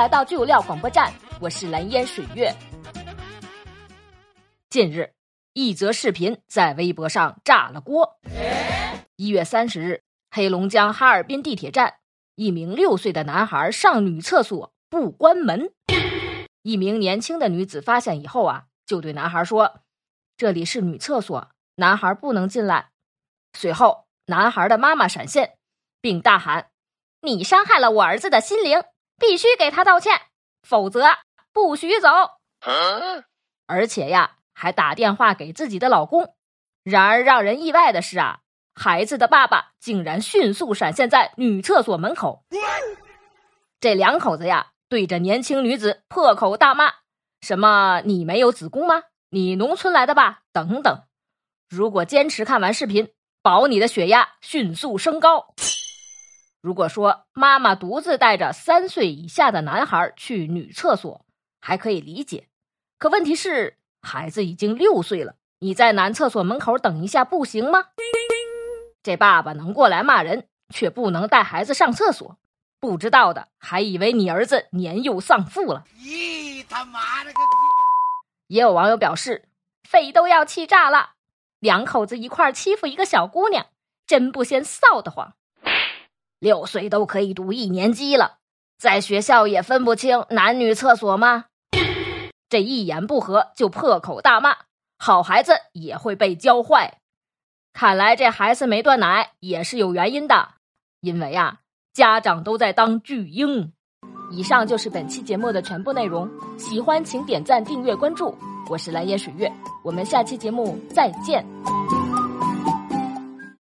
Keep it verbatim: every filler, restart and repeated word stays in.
来到最有料广播站，我是蓝烟水月。近日，一则视频在微博上炸了锅。一月三十日，黑龙江哈尔滨地铁站，一名六岁的男孩上女厕所不关门。一名年轻的女子发现以后啊，就对男孩说：“这里是女厕所，男孩不能进来。”随后，男孩的妈妈闪现，并大喊：“你伤害了我儿子的心灵，必须给他道歉，否则不许走。”而且呀，还打电话给自己的老公。然而让人意外的是啊，孩子的爸爸竟然迅速闪现在女厕所门口。这两口子呀，对着年轻女子破口大骂，什么你没有子宫吗？你农村来的吧？等等。如果坚持看完视频，保你的血压迅速升高。如果说妈妈独自带着三岁以下的男孩去女厕所还可以理解，可问题是孩子已经六岁了，你在男厕所门口等一下不行吗？这爸爸能过来骂人，却不能带孩子上厕所，不知道的还以为你儿子年幼丧父了。咦，他妈了个！也有网友表示，肺都要气炸了，两口子一块欺负一个小姑娘，真不嫌臊得慌。六岁都可以读一年级了，在学校也分不清男女厕所吗？这一言不合就破口大骂，好孩子也会被教坏。看来这孩子没断奶也是有原因的，因为啊，家长都在当巨婴。以上就是本期节目的全部内容，喜欢请点赞、订阅、关注，我是蓝颜水月，我们下期节目再见。